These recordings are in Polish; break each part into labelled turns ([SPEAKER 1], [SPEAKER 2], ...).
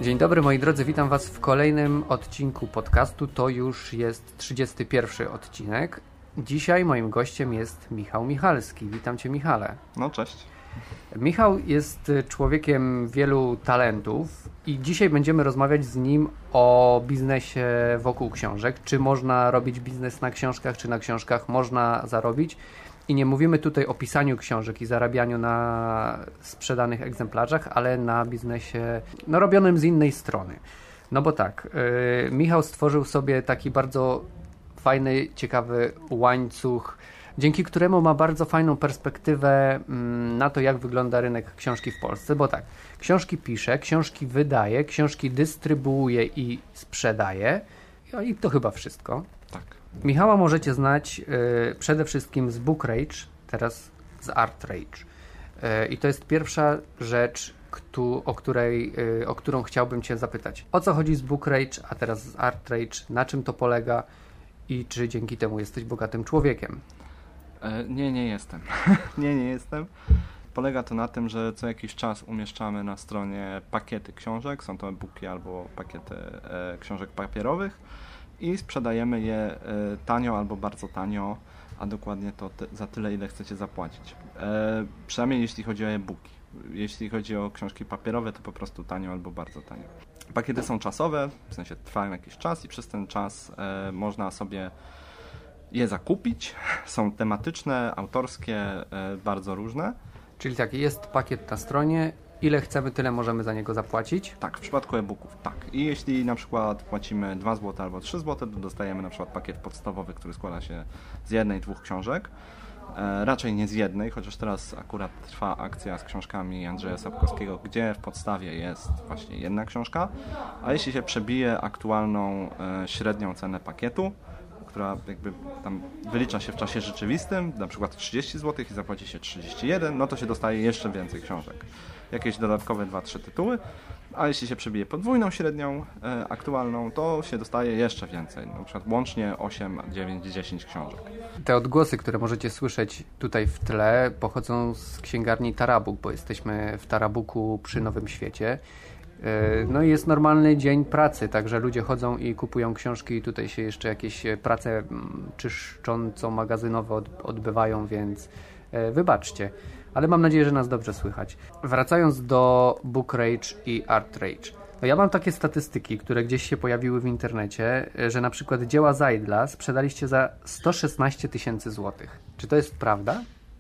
[SPEAKER 1] Dzień dobry moi drodzy, witam Was w kolejnym odcinku podcastu. To już jest 31 odcinek. Dzisiaj moim gościem jest Michał Michalski. Witam Cię, Michale.
[SPEAKER 2] No, cześć.
[SPEAKER 1] Michał jest człowiekiem wielu talentów i dzisiaj będziemy rozmawiać z nim o biznesie wokół książek. Czy można robić biznes na książkach, czy na książkach można zarobić. I nie mówimy tutaj o pisaniu książek i zarabianiu na sprzedanych egzemplarzach, ale na biznesie robionym z innej strony. No bo tak, Michał stworzył sobie taki bardzo fajny, ciekawy łańcuch, dzięki któremu ma bardzo fajną perspektywę na to, jak wygląda rynek książki w Polsce, bo tak, książki pisze, książki wydaje, książki dystrybuuje i sprzedaje i to chyba wszystko.
[SPEAKER 2] Tak.
[SPEAKER 1] Michała możecie znać przede wszystkim z Book Rage, teraz z Art Rage. I to jest pierwsza rzecz, o którą chciałbym Cię zapytać. O co chodzi z Book Rage, a teraz z Art Rage? Na czym to polega i czy dzięki temu jesteś bogatym człowiekiem?
[SPEAKER 2] Nie jestem. nie jestem. Polega to na tym, że co jakiś czas umieszczamy na stronie pakiety książek, są to e-booki albo pakiety książek papierowych i sprzedajemy je tanio albo bardzo tanio, a dokładnie to za tyle, ile chcecie zapłacić. Przynajmniej jeśli chodzi o e-booki. Jeśli chodzi o książki papierowe, to po prostu tanio albo bardzo tanio. Pakiety są czasowe, w sensie trwają jakiś czas i przez ten czas można sobie je zakupić. Są tematyczne, autorskie, bardzo różne.
[SPEAKER 1] Czyli tak, jest pakiet na stronie, ile chcemy, tyle możemy za niego zapłacić?
[SPEAKER 2] Tak, w przypadku e-booków, tak. I jeśli na przykład płacimy 2 zł albo 3 zł, to dostajemy na przykład pakiet podstawowy, który składa się z jednej, 2 książek. Raczej nie z jednej, chociaż teraz akurat trwa akcja z książkami Andrzeja Sapkowskiego, gdzie w podstawie jest właśnie jedna książka, a jeśli się przebije aktualną średnią cenę pakietu, która jakby tam wylicza się w czasie rzeczywistym, na przykład 30 zł i zapłaci się 31, no to się dostaje jeszcze więcej książek. Jakieś dodatkowe 2-3 tytuły, a jeśli się przebije podwójną średnią aktualną, to się dostaje jeszcze więcej, na przykład łącznie 8, 9, 10 książek.
[SPEAKER 1] Te odgłosy, które możecie słyszeć tutaj w tle, pochodzą z księgarni Tarabuk, bo jesteśmy w Tarabuku przy Nowym Świecie. No i jest normalny dzień pracy, także ludzie chodzą i kupują książki i tutaj się jeszcze jakieś prace czyszcząco-magazynowe odbywają, więc wybaczcie. Ale mam nadzieję, że nas dobrze słychać. Wracając do Book Rage i Art Rage. No ja mam takie statystyki, które gdzieś się pojawiły w internecie, że na przykład dzieła Zajdla sprzedaliście za 116 000 złotych. Czy to jest prawda?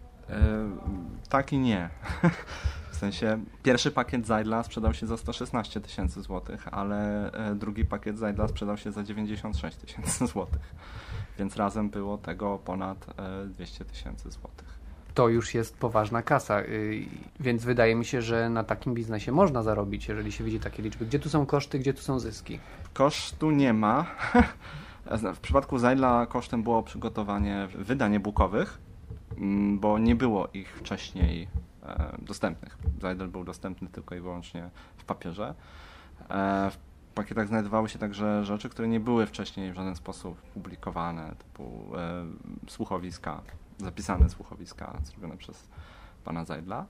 [SPEAKER 2] Tak i nie. W sensie pierwszy pakiet Zajdla sprzedał się za 116 000 złotych, ale drugi pakiet Zajdla sprzedał się za 96 000 złotych. Więc razem było tego ponad 200 000 złotych.
[SPEAKER 1] To już jest poważna kasa, więc wydaje mi się, że na takim biznesie można zarobić, jeżeli się widzi takie liczby. Gdzie tu są koszty, gdzie tu są zyski?
[SPEAKER 2] Kosztu nie ma. W przypadku Zajdla kosztem było przygotowanie wydań e-bookowych, bo nie było ich wcześniej dostępnych. Zajdel był dostępny tylko i wyłącznie w papierze. W pakietach znajdowały się także rzeczy, które nie były wcześniej w żaden sposób publikowane, typu słuchowiska, zapisane słuchowiska zrobione przez pana Zajdla.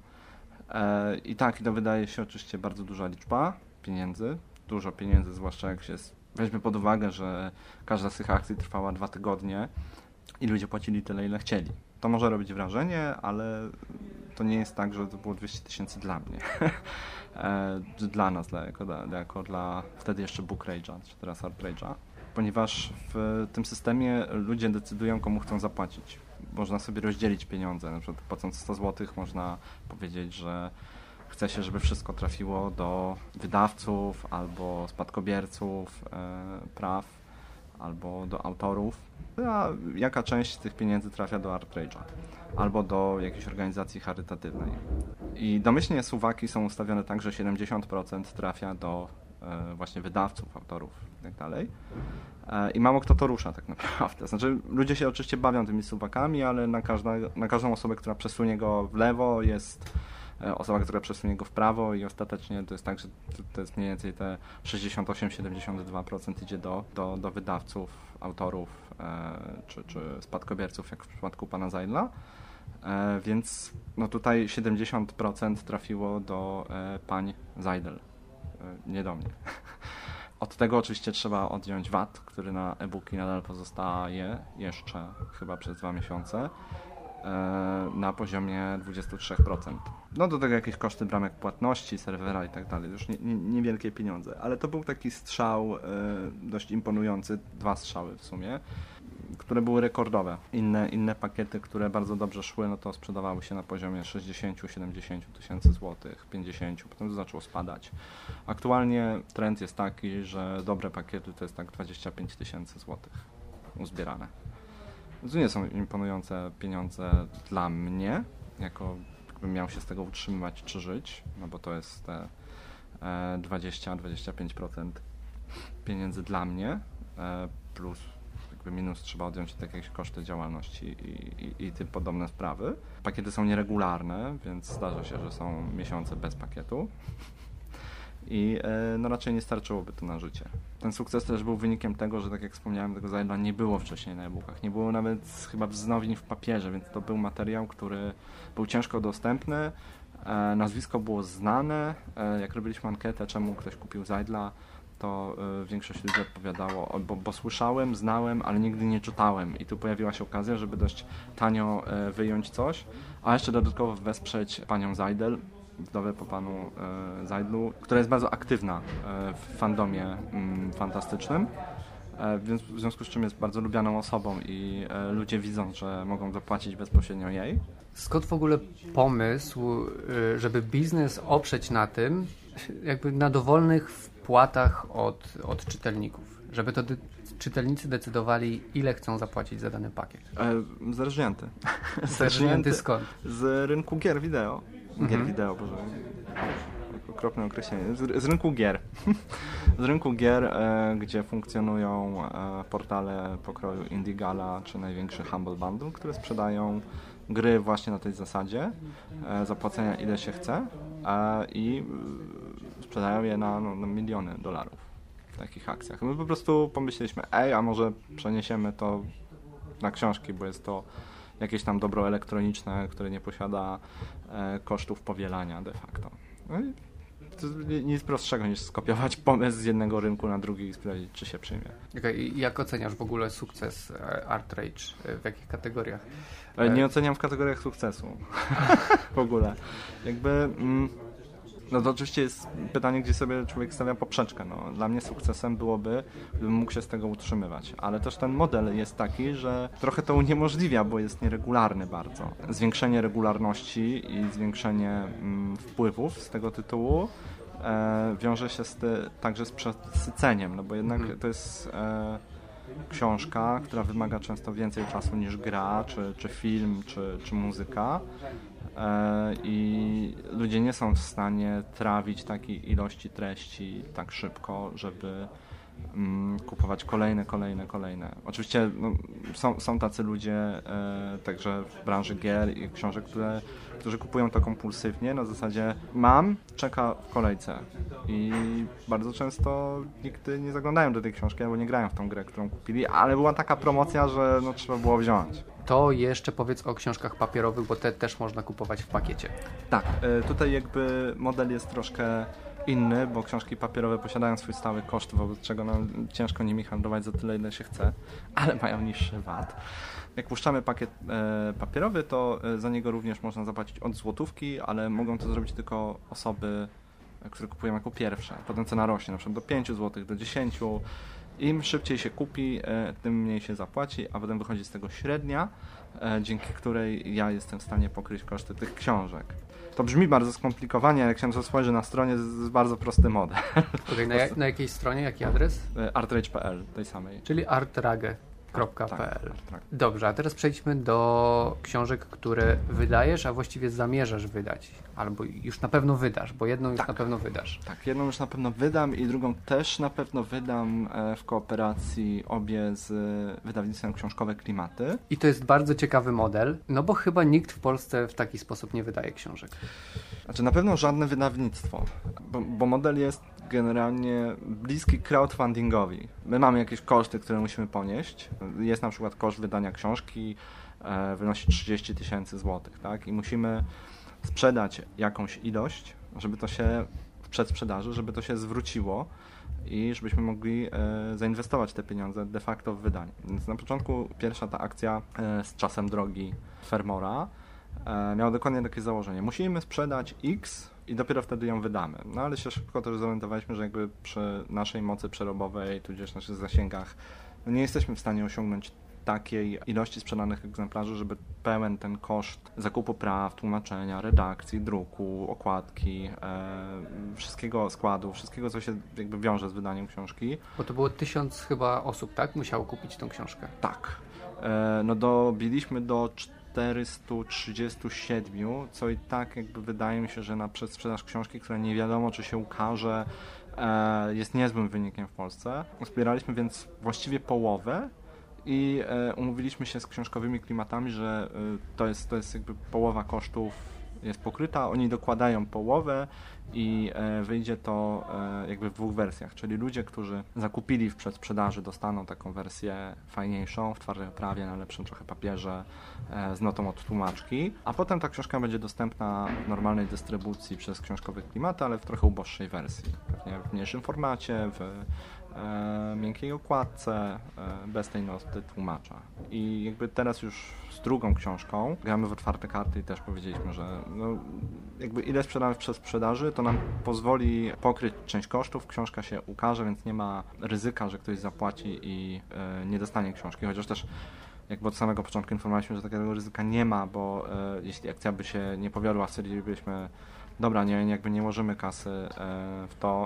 [SPEAKER 2] I tak, to wydaje się oczywiście bardzo duża liczba pieniędzy, dużo pieniędzy, zwłaszcza jak się weźmie pod uwagę, że każda z tych akcji trwała 2 tygodnie i ludzie płacili tyle, ile chcieli. To może robić wrażenie, ale to nie jest tak, że to było 200 000 dla mnie. Dla nas, jako dla wtedy jeszcze Book Rage'a, czy teraz Art Rage'a. Ponieważ w tym systemie ludzie decydują, komu chcą zapłacić. Można sobie rozdzielić pieniądze. Na przykład płacąc 100 zł można powiedzieć, że chce się, żeby wszystko trafiło do wydawców albo spadkobierców praw, albo do autorów, a jaka część tych pieniędzy trafia do Art Rage'a albo do jakiejś organizacji charytatywnej. I domyślnie suwaki są ustawione tak, że 70% trafia do właśnie wydawców, autorów itd. I mało kto to rusza tak naprawdę. Znaczy ludzie się oczywiście bawią tymi suwakami, ale na każdą osobę, która przesunie go w lewo, jest osoba, która przesunie go w prawo i ostatecznie to jest tak, że to jest mniej więcej te 68-72% idzie do wydawców, autorów czy spadkobierców, jak w przypadku pana Zajdla. Więc no tutaj 70% trafiło do pań Zajdel. nie do mnie. Od tego oczywiście trzeba odjąć VAT, który na e-booki nadal pozostaje jeszcze chyba przez 2 miesiące na poziomie 23%. No do tego jakieś koszty bramek płatności, serwera i tak dalej, już niewielkie pieniądze, ale to był taki strzał dość imponujący, 2 strzały w sumie, które były rekordowe. Inne pakiety, które bardzo dobrze szły, no to sprzedawały się na poziomie 60-70 tysięcy złotych, 50, potem to zaczęło spadać. Aktualnie trend jest taki, że dobre pakiety to jest tak 25 tysięcy złotych uzbierane. To nie są imponujące pieniądze dla mnie, jakbym miał się z tego utrzymywać czy żyć, no bo to jest te 20-25% pieniędzy dla mnie, plus minus trzeba odjąć jakieś koszty działalności i tym podobne sprawy. Pakiety są nieregularne, więc zdarza się, że są miesiące bez pakietu i no raczej nie starczyłoby to na życie. Ten sukces też był wynikiem tego, że tak jak wspomniałem, tego Zydla nie było wcześniej na e-bookach, nie było nawet chyba wznowień w papierze, więc to był materiał, który był ciężko dostępny, nazwisko było znane, jak robiliśmy ankietę, czemu ktoś kupił Zydla, to większość ludzi odpowiadało, bo słyszałem, znałem, ale nigdy nie czytałem i tu pojawiła się okazja, żeby dość tanio wyjąć coś, a jeszcze dodatkowo wesprzeć panią Zydel, wdowę po panu Zydlu, która jest bardzo aktywna w fandomie fantastycznym, w związku z czym jest bardzo lubianą osobą i ludzie widzą, że mogą zapłacić bezpośrednio jej.
[SPEAKER 1] Skąd w ogóle pomysł, żeby biznes oprzeć na tym, jakby na dowolnych wpłatach od czytelników, żeby to czytelnicy decydowali, ile chcą zapłacić za dany pakiet?
[SPEAKER 2] Zerżnięty.
[SPEAKER 1] Zerżnięty skąd?
[SPEAKER 2] Z rynku gier wideo. Gier wideo, boże. Okropne określenie. Z rynku gier. Z rynku gier, gdzie funkcjonują portale pokroju Indigala czy największy Humble Bundle, które sprzedają gry właśnie na tej zasadzie zapłacenia ile się chce i sprzedają je na miliony dolarów w takich akcjach. My po prostu pomyśleliśmy, a może przeniesiemy to na książki, bo jest to jakieś tam dobro elektroniczne, które nie posiada kosztów powielania de facto. No i to nic prostszego niż skopiować pomysł z jednego rynku na drugi i sprawdzić, czy się przyjmie.
[SPEAKER 1] Okay. Jak oceniasz w ogóle sukces ArtRage? W jakich kategoriach?
[SPEAKER 2] Nie oceniam w kategoriach sukcesu. W ogóle. No to oczywiście jest pytanie, gdzie sobie człowiek stawia poprzeczkę. No, dla mnie sukcesem byłoby, gdybym mógł się z tego utrzymywać. Ale też ten model jest taki, że trochę to uniemożliwia, bo jest nieregularny bardzo. Zwiększenie regularności i zwiększenie wpływów z tego tytułu wiąże się także z przesyceniem, no bo jednak to jest książka, która wymaga często więcej czasu niż gra, czy film, czy muzyka. I ludzie nie są w stanie trawić takiej ilości treści tak szybko, żeby kupować kolejne. Oczywiście są tacy ludzie także w branży gier i książek, którzy kupują to kompulsywnie na zasadzie czeka w kolejce i bardzo często nigdy nie zaglądają do tej książki albo nie grają w tą grę, którą kupili, ale była taka promocja, że trzeba było wziąć.
[SPEAKER 1] To jeszcze powiedz o książkach papierowych, bo te też można kupować w pakiecie.
[SPEAKER 2] Tak, tutaj jakby model jest troszkę inny, bo książki papierowe posiadają swój stały koszt, wobec czego ciężko nimi handlować za tyle, ile się chce, ale mają niższy VAT. Jak puszczamy pakiet papierowy, to za niego również można zapłacić od złotówki, ale mogą to zrobić tylko osoby, które kupują jako pierwsze. Potem cena rośnie, na przykład do 5 zł, do 10. Im szybciej się kupi, tym mniej się zapłaci, a potem wychodzi z tego średnia, dzięki której ja jestem w stanie pokryć koszty tych książek. To brzmi bardzo skomplikowanie, ale jak się to spojrzy na stronie, to jest bardzo prosty model.
[SPEAKER 1] Okay, na jakiej stronie, jaki adres?
[SPEAKER 2] artrage.pl, tej samej.
[SPEAKER 1] Czyli artrage.pl.
[SPEAKER 2] Tak.
[SPEAKER 1] Dobrze, a teraz przejdźmy do książek, które wydajesz, a właściwie zamierzasz wydać. Albo już na pewno wydasz, bo jedną już na pewno wydasz.
[SPEAKER 2] Tak, jedną już na pewno wydam i drugą też na pewno wydam w kooperacji obie z wydawnictwem Książkowe Klimaty.
[SPEAKER 1] I to jest bardzo ciekawy model, no bo chyba nikt w Polsce w taki sposób nie wydaje książek.
[SPEAKER 2] Znaczy na pewno żadne wydawnictwo, bo model jest generalnie bliski crowdfundingowi. My mamy jakieś koszty, które musimy ponieść. Jest na przykład koszt wydania książki, wynosi 30 000 złotych, tak? I musimy sprzedać jakąś ilość, żeby to się w przedsprzedaży, żeby to się zwróciło i żebyśmy mogli zainwestować te pieniądze de facto w wydanie. Więc na początku pierwsza ta akcja z czasem drogi Fermora miała dokładnie takie założenie. Musimy sprzedać X i dopiero wtedy ją wydamy. No ale się szybko też zorientowaliśmy, że jakby przy naszej mocy przerobowej, tudzież naszych zasięgach, nie jesteśmy w stanie osiągnąć takiej ilości sprzedanych egzemplarzy, żeby pełen ten koszt zakupu praw, tłumaczenia, redakcji, druku, okładki, wszystkiego składu, wszystkiego, co się jakby wiąże z wydaniem książki.
[SPEAKER 1] Bo to było 1000 chyba osób, tak? Musiało kupić tą książkę.
[SPEAKER 2] Tak. No dobiliśmy do 437, co i tak jakby wydaje mi się, że na przedsprzedaż książki, która nie wiadomo, czy się ukaże, jest niezłym wynikiem w Polsce. Zbieraliśmy więc właściwie połowę i umówiliśmy się z książkowymi klimatami, że to jest jakby połowa kosztów jest pokryta, oni dokładają połowę i wyjdzie to jakby w 2 wersjach, czyli ludzie, którzy zakupili w przedsprzedaży, dostaną taką wersję fajniejszą, w twardej oprawie, na lepszym trochę papierze, z notą od tłumaczki, a potem ta książka będzie dostępna w normalnej dystrybucji przez książkowe klimaty, ale w trochę uboższej wersji, pewnie w mniejszym formacie, w miękkiej okładce, bez tej noty tłumacza. I jakby teraz już z drugą książką gramy w otwarte karty i też powiedzieliśmy, że no, jakby ile sprzedamy przez sprzedaży, to nam pozwoli pokryć część kosztów, książka się ukaże, więc nie ma ryzyka, że ktoś zapłaci i nie dostanie książki, chociaż też jakby od samego początku informowaliśmy, że takiego ryzyka nie ma, bo jeśli akcja by się nie powiodła, stwierdzilibyśmy, dobra, jakby nie łożymy kasy w to,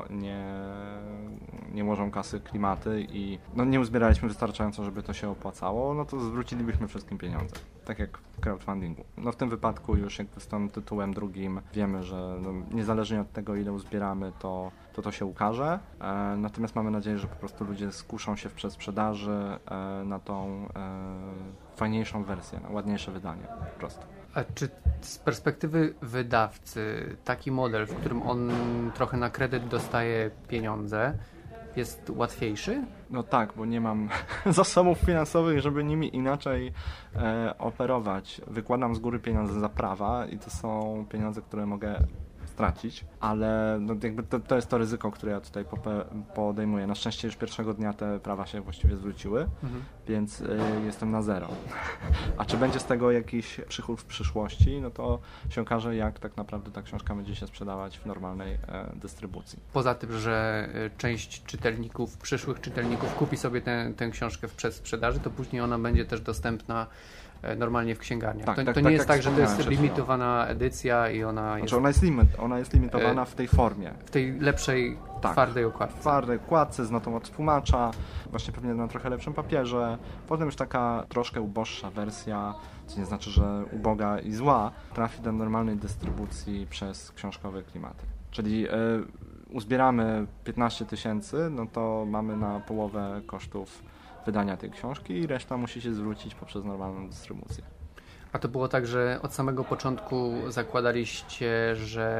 [SPEAKER 2] nie łożą kasy klimaty i no, nie uzbieraliśmy wystarczająco, żeby to się opłacało, no to zwrócilibyśmy wszystkim pieniądze, tak jak w crowdfundingu. No w tym wypadku już jakby z tym tytułem drugim wiemy, że no, niezależnie od tego, ile uzbieramy, to się ukaże, natomiast mamy nadzieję, że po prostu ludzie skuszą się w przedsprzedaży na tą fajniejszą wersję, na ładniejsze wydanie po prostu.
[SPEAKER 1] A czy z perspektywy wydawcy taki model, w którym on trochę na kredyt dostaje pieniądze, jest łatwiejszy?
[SPEAKER 2] No tak, bo nie mam zasobów finansowych, żeby nimi inaczej operować. Wykładam z góry pieniądze za prawa i to są pieniądze, które mogę stracić, ale no jakby to jest to ryzyko, które ja tutaj podejmuję. Na szczęście już pierwszego dnia te prawa się właściwie zwróciły, więc jestem na zero. A czy będzie z tego jakiś przychód w przyszłości, no to się okaże, jak tak naprawdę ta książka będzie się sprzedawać w normalnej dystrybucji.
[SPEAKER 1] Poza tym, że część czytelników, przyszłych czytelników kupi sobie tę książkę w przedsprzedaży, to później ona będzie też dostępna normalnie w księgarniach. To nie jest tak, że to jest limitowana edycja i ona jest...
[SPEAKER 2] Ona jest limitowana w tej formie.
[SPEAKER 1] W tej lepszej, twardej okładce.
[SPEAKER 2] W twardej okładce z notą od tłumacza, właśnie pewnie na trochę lepszym papierze. Potem już taka troszkę uboższa wersja, co nie znaczy, że uboga i zła, trafi do normalnej dystrybucji przez książkowe klimaty. Czyli uzbieramy 15 000, no to mamy na połowę kosztów wydania tej książki i reszta musi się zwrócić poprzez normalną dystrybucję.
[SPEAKER 1] A to było tak, że od samego początku zakładaliście,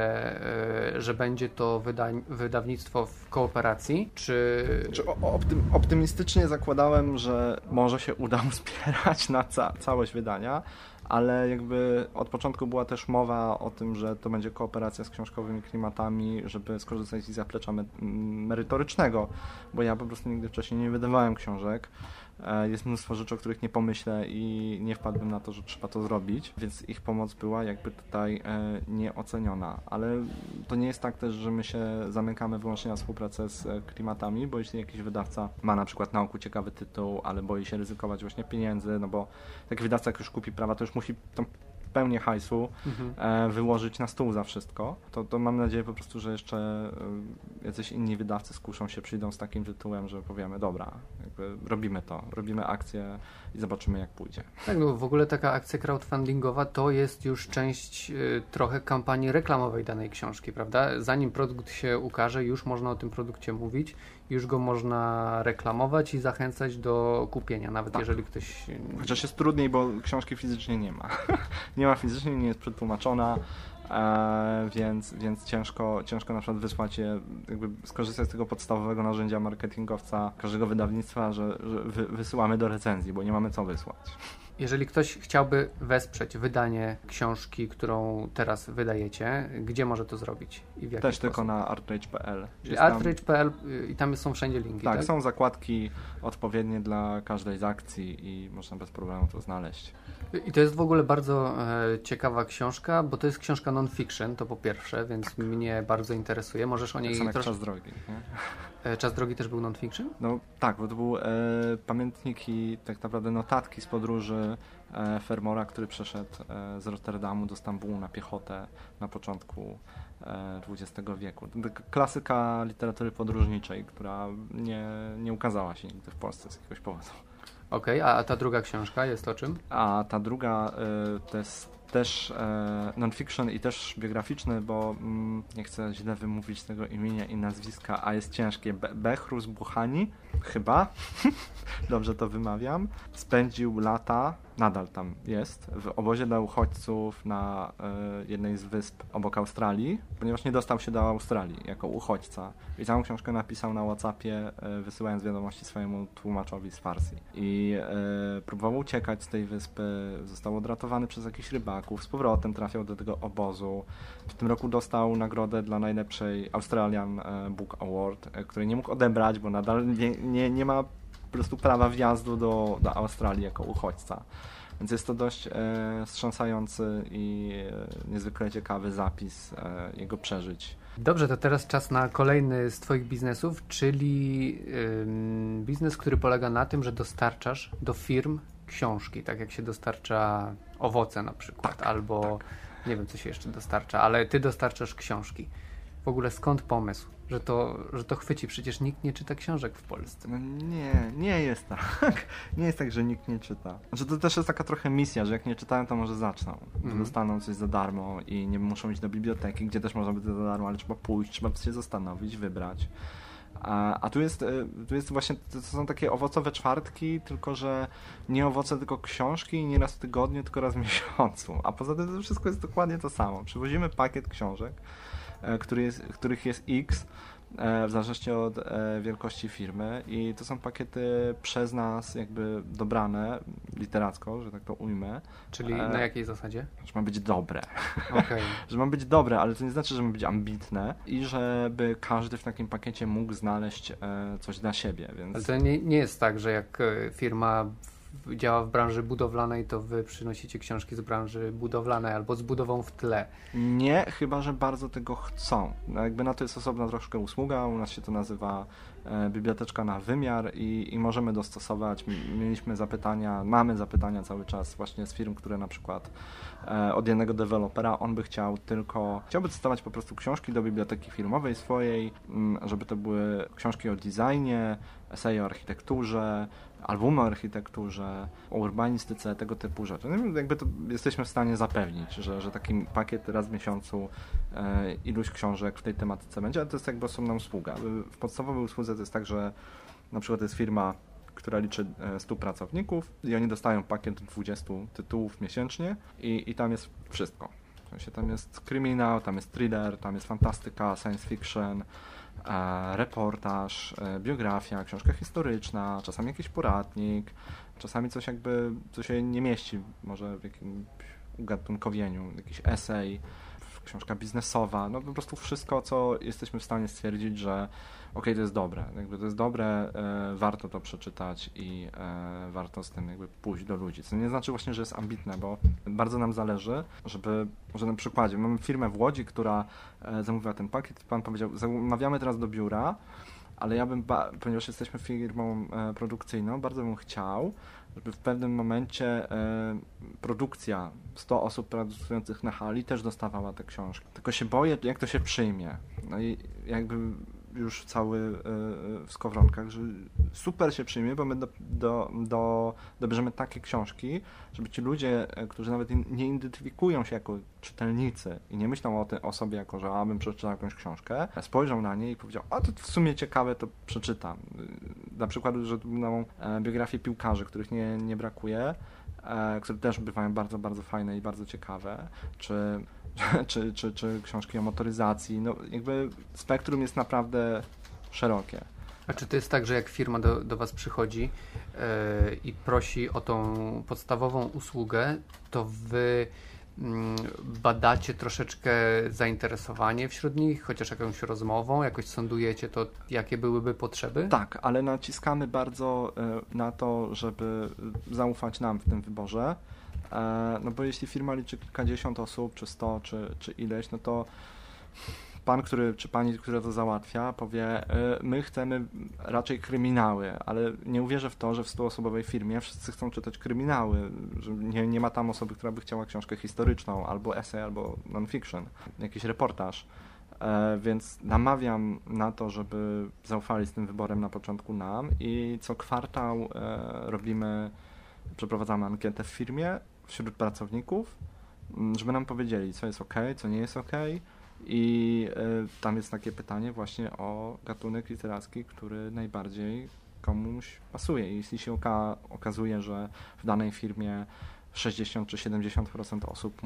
[SPEAKER 1] że będzie to wydawnictwo w kooperacji, czy...
[SPEAKER 2] Optymistycznie zakładałem, że może się uda uzbierać na całość wydania, ale jakby od początku była też mowa o tym, że to będzie kooperacja z książkowymi klimatami, żeby skorzystać z zaplecza merytorycznego, bo ja po prostu nigdy wcześniej nie wydawałem książek. Jest mnóstwo rzeczy, o których nie pomyślę i nie wpadłbym na to, że trzeba to zrobić, więc ich pomoc była jakby tutaj nieoceniona, ale to nie jest tak też, że my się zamykamy wyłącznie na współpracę z klimatami, bo jeśli jakiś wydawca ma na przykład na oku ciekawy tytuł, ale boi się ryzykować właśnie pieniędzy, no bo taki wydawca jak już kupi prawa, to już musi tą pełnię hajsu wyłożyć na stół za wszystko, to mam nadzieję po prostu, że jeszcze jacyś inni wydawcy skuszą się, przyjdą z takim tytułem, że powiemy, dobra, jakby robimy akcję i zobaczymy, jak pójdzie.
[SPEAKER 1] Tak, no w ogóle taka akcja crowdfundingowa to jest już część trochę kampanii reklamowej danej książki, prawda? Zanim produkt się ukaże, już można o tym produkcie mówić, już go można reklamować i zachęcać do kupienia, nawet jeżeli ktoś...
[SPEAKER 2] Chociaż jest trudniej, bo książki fizycznie nie ma. Nie ma fizycznie, nie jest przetłumaczona, więc ciężko na przykład wysłać je, jakby skorzystać z tego podstawowego narzędzia marketingowca każdego wydawnictwa, że wysyłamy do recenzji, bo nie mamy co wysłać.
[SPEAKER 1] Jeżeli ktoś chciałby wesprzeć wydanie książki, którą teraz wydajecie, gdzie może to zrobić i w jaki
[SPEAKER 2] Też
[SPEAKER 1] sposób?
[SPEAKER 2] tylko na artrage.pl.
[SPEAKER 1] Artrage.pl i tam są wszędzie linki, tak?
[SPEAKER 2] Tak, są zakładki odpowiednie dla każdej z akcji i można bez problemu to znaleźć.
[SPEAKER 1] I to jest w ogóle bardzo ciekawa książka, bo to jest książka non-fiction, to po pierwsze, więc mnie bardzo interesuje. Możesz o niej
[SPEAKER 2] Tak samo jak Czas drogi. Nie?
[SPEAKER 1] Czas drogi też był non-fiction?
[SPEAKER 2] No tak, bo to był pamiętniki, tak naprawdę notatki z podróży fermora, który przeszedł z Rotterdamu do Stambułu na piechotę na początku XX wieku. To klasyka literatury podróżniczej, która nie ukazała się nigdy w Polsce z jakiegoś powodu.
[SPEAKER 1] Okej, a ta druga książka jest o czym?
[SPEAKER 2] A ta druga to jest też non-fiction i też biograficzny, bo nie chcę źle wymówić tego imienia i nazwiska, a jest ciężkie. Behruz Buchani, chyba, dobrze to wymawiam, spędził lata, nadal tam jest, w obozie dla uchodźców na jednej z wysp obok Australii, ponieważ nie dostał się do Australii jako uchodźca. I całą książkę napisał na WhatsAppie, wysyłając wiadomości swojemu tłumaczowi z Farsi. I próbował uciekać z tej wyspy, został odratowany przez jakichś rybaków, z powrotem trafiał do tego obozu. W tym roku dostał nagrodę dla najlepszej Australian Book Award, której nie mógł odebrać, bo nadal nie ma po prostu prawa wjazdu do Australii jako uchodźca. Więc jest to dość wstrząsający i niezwykle ciekawy zapis jego przeżyć.
[SPEAKER 1] Dobrze, to teraz czas na kolejny z Twoich biznesów, czyli biznes, który polega na tym, że dostarczasz do firm książki, tak jak się dostarcza owoce na przykład, albo nie wiem, co się jeszcze dostarcza, ale Ty dostarczasz książki. W ogóle skąd pomysł, że to chwyci? Przecież nikt nie czyta książek w Polsce.
[SPEAKER 2] No nie jest tak. Nie jest tak, że nikt nie czyta. Znaczy to też jest taka trochę misja, że jak nie czytają, to może zaczną. Że dostaną coś za darmo i nie muszą iść do biblioteki, gdzie też można być za darmo, ale trzeba pójść, trzeba się zastanowić, wybrać. A tu jest właśnie, to są takie owocowe czwartki, tylko że nie owoce, tylko książki, nie raz w tygodniu, tylko raz w miesiącu. A poza tym to wszystko jest dokładnie to samo. Przywozimy pakiet książek, których jest X, w zależności od wielkości firmy, i to są pakiety przez nas jakby dobrane literacko, że tak to ujmę.
[SPEAKER 1] Czyli na jakiej zasadzie?
[SPEAKER 2] Że ma być dobre.
[SPEAKER 1] Okay.
[SPEAKER 2] Że ma być dobre, ale to nie znaczy, że ma być ambitne i żeby każdy w takim pakiecie mógł znaleźć coś dla siebie. Więc...
[SPEAKER 1] Ale to nie jest tak, że jak firma działa w branży budowlanej, to wy przynosicie książki z branży budowlanej albo z budową w tle.
[SPEAKER 2] Nie, chyba że bardzo tego chcą. No jakby na to jest osobna troszkę usługa, u nas się to nazywa biblioteczka na wymiar i możemy dostosować. Mieliśmy zapytania, mamy zapytania cały czas właśnie z firm, które na przykład od jednego dewelopera, on by chciałby cytować po prostu książki do biblioteki firmowej swojej, żeby to były książki o designie, eseje o architekturze, albumy o architekturze, o urbanistyce, tego typu rzeczy. No, jakby to jesteśmy w stanie zapewnić, że taki pakiet raz w miesiącu iluś książek w tej tematyce będzie, ale to jest jakby osobna usługa. W podstawowej usłudze to jest tak, że na przykład jest firma, która liczy 100 pracowników i oni dostają pakiet 20 tytułów miesięcznie i tam jest wszystko. Tam jest kryminał, tam jest thriller, tam jest fantastyka, science fiction, reportaż, biografia, książka historyczna, czasami jakiś poradnik, czasami coś jakby, co się nie mieści może w jakimś ugatunkowieniu, jakiś esej, książka biznesowa, no po prostu wszystko, co jesteśmy w stanie stwierdzić, że okej, to jest dobre, jakby to jest dobre, warto to przeczytać i warto z tym jakby pójść do ludzi. Co nie znaczy właśnie, że jest ambitne, bo bardzo nam zależy, żeby, może na przykładzie, mamy firmę w Łodzi, która zamówiła ten pakiet, pan powiedział, zamawiamy teraz do biura, ale ja bym, ponieważ jesteśmy firmą produkcyjną, bardzo bym chciał, żeby w pewnym momencie produkcja 100 osób pracujących na hali też dostawała te książki. Tylko się boję, jak to się przyjmie. No i jakby już cały w skowronkach, że super się przyjmie, bo my dobierzemy takie książki, żeby ci ludzie, którzy nawet nie identyfikują się jako czytelnicy i nie myślą o sobie jako, że bym przeczytał jakąś książkę, spojrzą na nie i powiedział, a to w sumie ciekawe, to przeczytam. Na przykład, że będą biografie piłkarzy, których nie brakuje, które też bywają bardzo, bardzo fajne i bardzo ciekawe, czy książki o motoryzacji. No jakby spektrum jest naprawdę szerokie.
[SPEAKER 1] A czy to jest tak, że jak firma do Was przychodzi i prosi o tą podstawową usługę, to Wy badacie troszeczkę zainteresowanie wśród nich, chociaż jakąś rozmową, jakoś sondujecie to, jakie byłyby potrzeby?
[SPEAKER 2] Tak, ale naciskamy bardzo na to, żeby zaufać nam w tym wyborze. No bo jeśli firma liczy kilkadziesiąt osób, czy 100, czy ileś, no to pan, czy pani, która to załatwia, powie, my chcemy raczej kryminały, ale nie uwierzę w to, że w 100-osobowej firmie wszyscy chcą czytać kryminały, że nie ma tam osoby, która by chciała książkę historyczną, albo essay, albo non-fiction, jakiś reportaż. Więc namawiam na to, żeby zaufali z tym wyborem na początku nam i co kwartał przeprowadzamy ankietę w firmie wśród pracowników, żeby nam powiedzieli, co jest ok, co nie jest ok. I tam jest takie pytanie właśnie o gatunek literacki, który najbardziej komuś pasuje. I jeśli się okazuje, że w danej firmie 60 czy 70% osób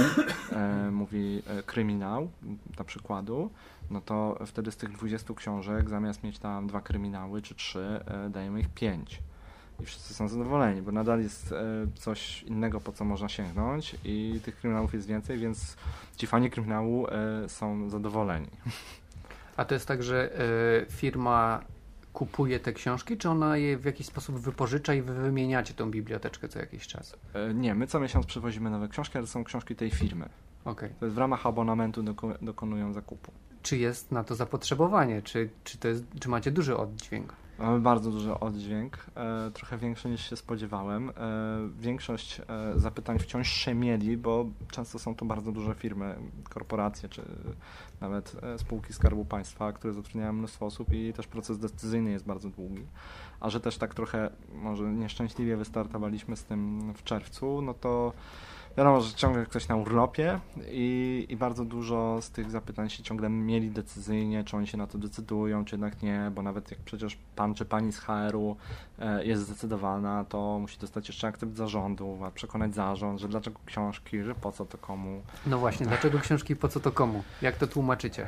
[SPEAKER 2] mówi kryminał, dla przykładu, no to wtedy z tych 20 książek, zamiast mieć tam 2 kryminały czy 3, dajemy ich 5. I wszyscy są zadowoleni, bo nadal jest coś innego, po co można sięgnąć i tych kryminałów jest więcej, więc ci fani kryminału są zadowoleni.
[SPEAKER 1] A to jest tak, że firma kupuje te książki, czy ona je w jakiś sposób wypożycza i wy wymieniacie tą biblioteczkę co jakiś czas?
[SPEAKER 2] Nie, my co miesiąc przywozimy nowe książki, ale to są książki tej firmy.
[SPEAKER 1] Okay.
[SPEAKER 2] To jest w ramach abonamentu dokonują zakupu.
[SPEAKER 1] Czy jest na to zapotrzebowanie? Czy macie duży oddźwięk?
[SPEAKER 2] Mamy bardzo duży oddźwięk, trochę większy niż się spodziewałem. Większość zapytań wciąż się mieli, bo często są to bardzo duże firmy, korporacje, czy nawet spółki Skarbu Państwa, które zatrudniają mnóstwo osób i też proces decyzyjny jest bardzo długi. A że też tak trochę może nieszczęśliwie wystartowaliśmy z tym w czerwcu, no to wiadomo, że ciągle ktoś na urlopie i bardzo dużo z tych zapytań się ciągle mieli decyzyjnie, czy oni się na to decydują, czy jednak nie, bo nawet jak przecież pan czy pani z HR-u jest zdecydowana, to musi dostać jeszcze akcept zarządu, a przekonać zarząd, że dlaczego książki, że po co to komu.
[SPEAKER 1] No właśnie, dlaczego książki, po co to komu? Jak to tłumaczycie?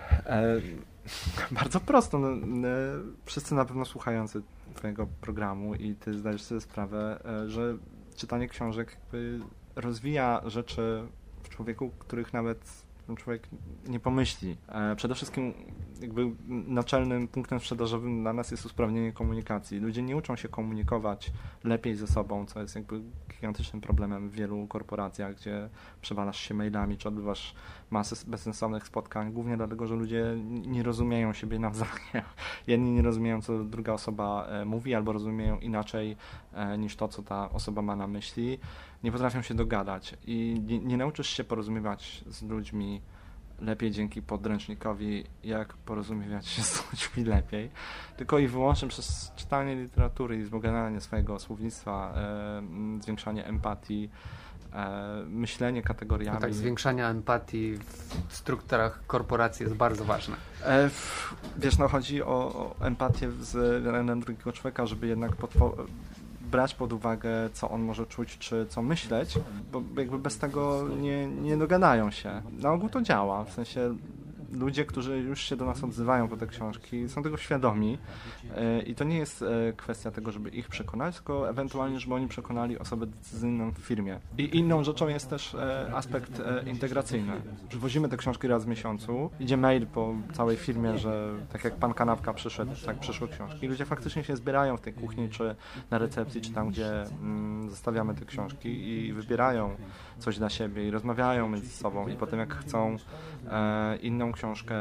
[SPEAKER 2] Bardzo prosto. Wszyscy na pewno słuchający twojego programu i ty zdajesz sobie sprawę, że czytanie książek jakby rozwija rzeczy w człowieku, których nawet ten człowiek nie pomyśli. Przede wszystkim jakby naczelnym punktem sprzedażowym dla nas jest usprawnienie komunikacji. Ludzie nie uczą się komunikować lepiej ze sobą, co jest jakby gigantycznym problemem w wielu korporacjach, gdzie przewalasz się mailami, czy odbywasz masę bezsensownych spotkań, głównie dlatego, że ludzie nie rozumieją siebie nawzajem. Jedni nie rozumieją, co druga osoba mówi, albo rozumieją inaczej niż to, co ta osoba ma na myśli. Nie potrafią się dogadać i nie nauczysz się porozumiewać z ludźmi lepiej dzięki podręcznikowi, jak porozumiewać się z ludźmi lepiej, tylko i wyłącznie przez czytanie literatury i wzbogacanie swojego słownictwa, zwiększanie empatii, myślenie kategoriami.
[SPEAKER 1] No tak, zwiększanie empatii w strukturach korporacji jest bardzo ważne.
[SPEAKER 2] Wiesz, no chodzi o empatię względem drugiego człowieka, żeby jednak brać pod uwagę, co on może czuć, czy co myśleć, bo jakby bez tego nie dogadają się. Na ogół to działa, w sensie ludzie, którzy już się do nas odzywają po te książki, są tego świadomi i to nie jest kwestia tego, żeby ich przekonać, tylko ewentualnie, żeby oni przekonali osobę decyzyjną w firmie. I inną rzeczą jest też aspekt integracyjny. Przywozimy te książki raz w miesiącu, idzie mail po całej firmie, że tak jak pan Kanapka przyszedł, tak przyszły książki. Ludzie faktycznie się zbierają w tej kuchni, czy na recepcji, czy tam, gdzie zostawiamy te książki i wybierają coś dla siebie i rozmawiają między sobą i potem jak chcą inną książkę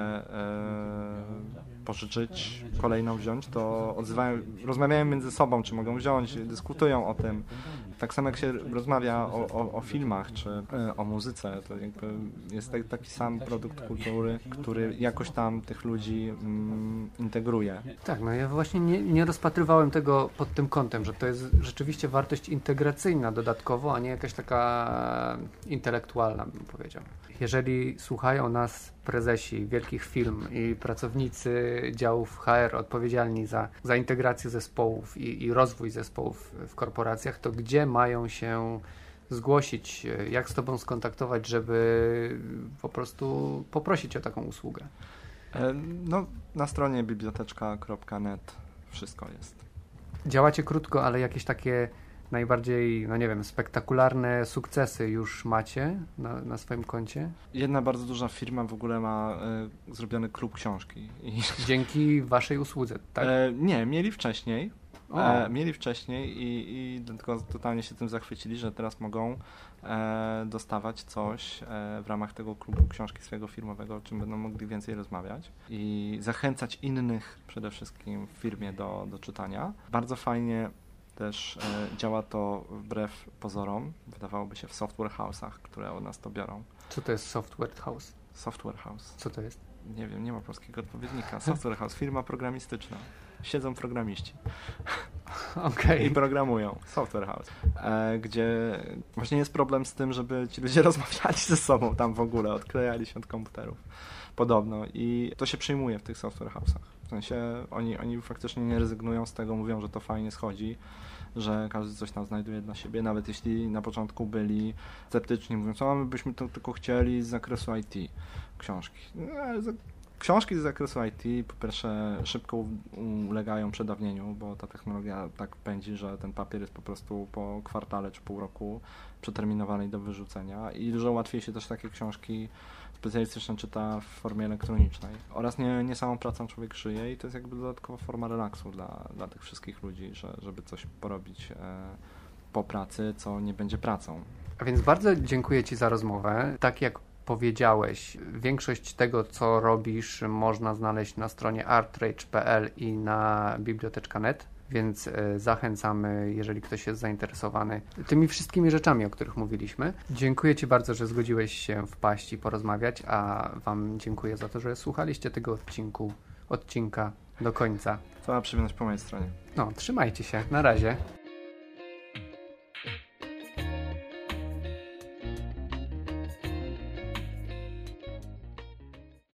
[SPEAKER 2] pożyczyć, kolejną wziąć, to rozmawiają między sobą, czy mogą wziąć, dyskutują o tym. Tak samo jak się rozmawia o filmach, czy o muzyce, to jakby jest taki sam produkt kultury, który jakoś tam tych ludzi integruje.
[SPEAKER 1] Tak, no ja właśnie nie rozpatrywałem tego pod tym kątem, że to jest rzeczywiście wartość integracyjna dodatkowo, a nie jakaś taka intelektualna, bym powiedział. Jeżeli słuchają nas prezesi wielkich firm i pracownicy działów HR odpowiedzialni za integrację zespołów i rozwój zespołów w korporacjach, to gdzie mają się zgłosić, jak z Tobą skontaktować, żeby po prostu poprosić o taką usługę?
[SPEAKER 2] No, na stronie biblioteczka.net wszystko jest.
[SPEAKER 1] Działacie krótko, ale jakieś takie najbardziej, no nie wiem, spektakularne sukcesy już macie na swoim koncie?
[SPEAKER 2] Jedna bardzo duża firma w ogóle ma zrobiony klub książki.
[SPEAKER 1] Dzięki waszej usłudze, tak?
[SPEAKER 2] Nie, mieli wcześniej. I tylko totalnie się tym zachwycili, że teraz mogą dostawać coś w ramach tego klubu książki swojego firmowego, o czym będą mogli więcej rozmawiać i zachęcać innych przede wszystkim w firmie do czytania. Bardzo fajnie też działa to wbrew pozorom, wydawałoby się, w software house'ach, które od nas to biorą.
[SPEAKER 1] Co to jest software house?
[SPEAKER 2] Software house.
[SPEAKER 1] Co to jest?
[SPEAKER 2] Nie wiem, nie ma polskiego odpowiednika. Software house, firma programistyczna. Siedzą programiści.
[SPEAKER 1] Okay.
[SPEAKER 2] I programują. Software house. Gdzie właśnie jest problem z tym, żeby ci ludzie rozmawiali ze sobą tam w ogóle, odklejali się od komputerów. Podobno. I to się przyjmuje w tych software house'ach. W sensie oni faktycznie nie rezygnują z tego, mówią, że to fajnie schodzi, że każdy coś tam znajduje dla siebie, nawet jeśli na początku byli sceptyczni, mówiąc, my byśmy to tylko chcieli z zakresu IT książki. Książki z zakresu IT po pierwsze szybko ulegają przedawnieniu, bo ta technologia tak pędzi, że ten papier jest po prostu po kwartale czy pół roku przeterminowany do wyrzucenia i dużo łatwiej się też takie książki specjalistyczne czyta w formie elektronicznej. Oraz nie samą pracą człowiek żyje i to jest jakby dodatkowa forma relaksu dla tych wszystkich ludzi, żeby coś porobić po pracy, co nie będzie pracą.
[SPEAKER 1] A więc bardzo dziękuję Ci za rozmowę. Tak jak powiedziałeś, większość tego, co robisz, można znaleźć na stronie artrage.pl i na biblioteczka.net, więc zachęcamy, jeżeli ktoś jest zainteresowany tymi wszystkimi rzeczami, o których mówiliśmy. Dziękuję Ci bardzo, że zgodziłeś się wpaść i porozmawiać, a Wam dziękuję za to, że słuchaliście tego odcinka do końca.
[SPEAKER 2] Cała przyjemność po mojej stronie.
[SPEAKER 1] No, trzymajcie się. Na razie.